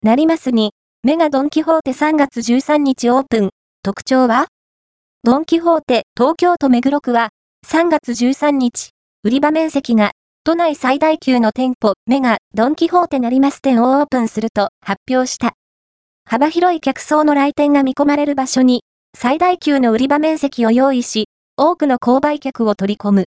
成増に、メガドンキホーテ3月13日オープン。特徴は？ドンキホーテ東京都目黒区は、3月13日、売り場面積が、都内最大級の店舗、メガドンキホーテ成増店をオープンすると発表した。幅広い客層の来店が見込まれる場所に、最大級の売り場面積を用意し、多くの購買客を取り込む。